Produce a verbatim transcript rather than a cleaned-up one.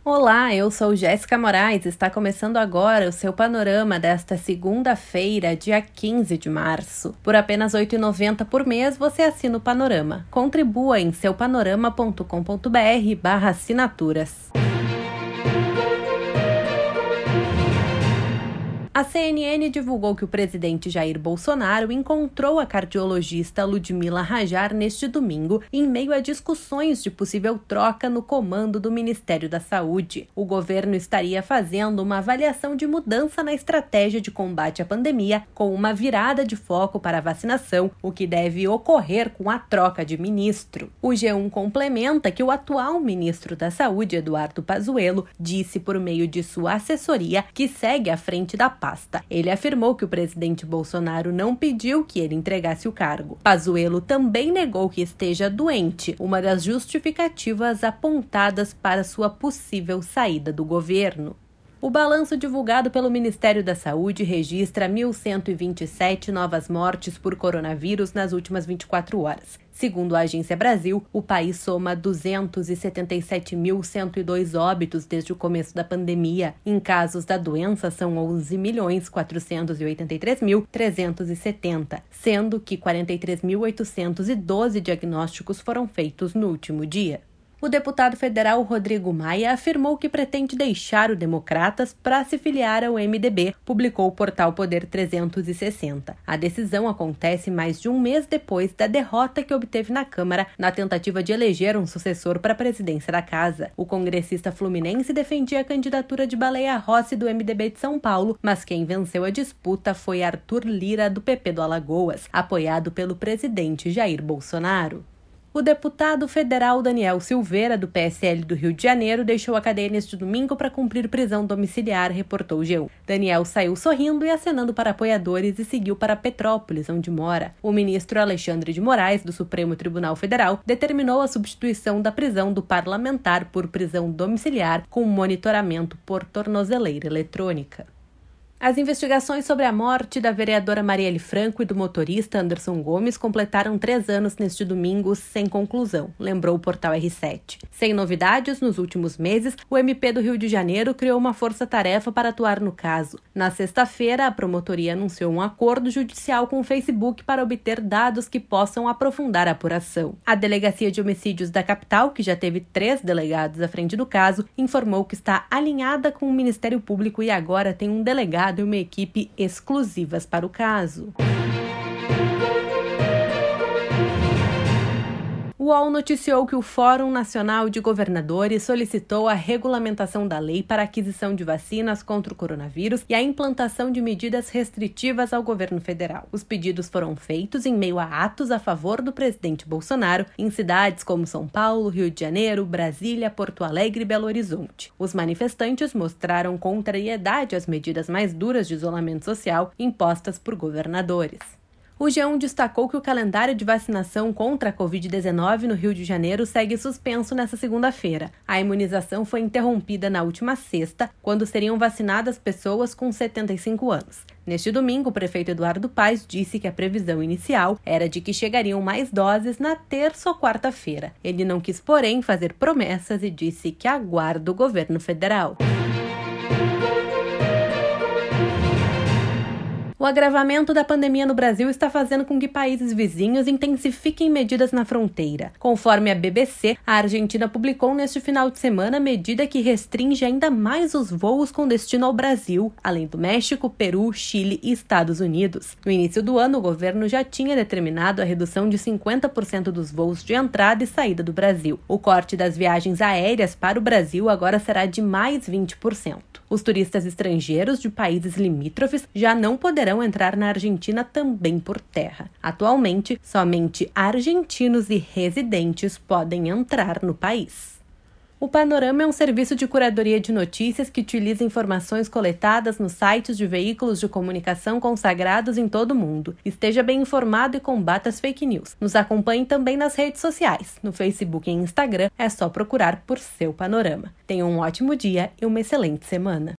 Olá, eu sou Jéssica Moraes. Está começando agora o seu panorama desta segunda-feira, dia quinze de março. Por apenas oito reais e noventa centavos por mês, você assina o Panorama. Contribua em seupanorama ponto com ponto br barra assinaturas. A C N N divulgou que o presidente Jair Bolsonaro encontrou a cardiologista Ludmila Rajar neste domingo, em meio a discussões de possível troca no comando do Ministério da Saúde. O governo estaria fazendo uma avaliação de mudança na estratégia de combate à pandemia, com uma virada de foco para a vacinação, o que deve ocorrer com a troca de ministro. O G um complementa que o atual ministro da Saúde, Eduardo Pazuello, disse por meio de sua assessoria que segue à frente da pasta. Ele afirmou que o presidente Bolsonaro não pediu que ele entregasse o cargo. Pazuello também negou que esteja doente, uma das justificativas apontadas para sua possível saída do governo. O balanço divulgado pelo Ministério da Saúde registra mil cento e vinte e sete novas mortes por coronavírus nas últimas vinte e quatro horas. Segundo a Agência Brasil, o país soma duzentos e setenta e sete mil cento e dois óbitos desde o começo da pandemia. Em casos da doença, são onze milhões quatrocentos e oitenta e três mil trezentos e setenta, sendo que quarenta e três mil oitocentos e doze diagnósticos foram feitos no último dia. O deputado federal Rodrigo Maia afirmou que pretende deixar o Democratas para se filiar ao M D B, publicou o portal Poder trezentos e sessenta. A decisão acontece mais de um mês depois da derrota que obteve na Câmara na tentativa de eleger um sucessor para a presidência da casa. O congressista fluminense defendia a candidatura de Baleia Rossi do M D B de São Paulo, mas quem venceu a disputa foi Arthur Lira do P P do Alagoas, apoiado pelo presidente Jair Bolsonaro. O deputado federal Daniel Silveira, do P S L do Rio de Janeiro, deixou a cadeia neste domingo para cumprir prisão domiciliar, reportou o G um. Daniel saiu sorrindo e acenando para apoiadores e seguiu para Petrópolis, onde mora. O ministro Alexandre de Moraes, do Supremo Tribunal Federal, determinou a substituição da prisão do parlamentar por prisão domiciliar com monitoramento por tornozeleira eletrônica. As investigações sobre a morte da vereadora Marielle Franco e do motorista Anderson Gomes completaram três anos neste domingo sem conclusão, lembrou o portal R sete. Sem novidades, nos últimos meses, o M P do Rio de Janeiro criou uma força-tarefa para atuar no caso. Na sexta-feira, a promotoria anunciou um acordo judicial com o Facebook para obter dados que possam aprofundar a apuração. A Delegacia de Homicídios da capital, que já teve três delegados à frente do caso, informou que está alinhada com o Ministério Público e agora tem um delegado e uma equipe exclusivas para o caso. O U O L noticiou que o Fórum Nacional de Governadores solicitou a regulamentação da lei para a aquisição de vacinas contra o coronavírus e a implantação de medidas restritivas ao governo federal. Os pedidos foram feitos em meio a atos a favor do presidente Bolsonaro em cidades como São Paulo, Rio de Janeiro, Brasília, Porto Alegre e Belo Horizonte. Os manifestantes mostraram contrariedade às medidas mais duras de isolamento social impostas por governadores. O G um destacou que o calendário de vacinação contra a covid dezenove no Rio de Janeiro segue suspenso nesta segunda-feira. A imunização foi interrompida na última sexta, quando seriam vacinadas pessoas com setenta e cinco anos. Neste domingo, o prefeito Eduardo Paes disse que a previsão inicial era de que chegariam mais doses na terça ou quarta-feira. Ele não quis, porém, fazer promessas e disse que aguarda o governo federal. O agravamento da pandemia no Brasil está fazendo com que países vizinhos intensifiquem medidas na fronteira. Conforme a B B C, a Argentina publicou neste final de semana medida que restringe ainda mais os voos com destino ao Brasil, além do México, Peru, Chile e Estados Unidos. No início do ano, o governo já tinha determinado a redução de cinquenta por cento dos voos de entrada e saída do Brasil. O corte das viagens aéreas para o Brasil agora será de mais vinte por cento. Os turistas estrangeiros de países limítrofes já não poderão entrar na Argentina também por terra. Atualmente, somente argentinos e residentes podem entrar no país. O Panorama é um serviço de curadoria de notícias que utiliza informações coletadas nos sites de veículos de comunicação consagrados em todo o mundo. Esteja bem informado e combata as fake news. Nos acompanhe também nas redes sociais. No Facebook e Instagram é só procurar por Seu Panorama. Tenha um ótimo dia e uma excelente semana.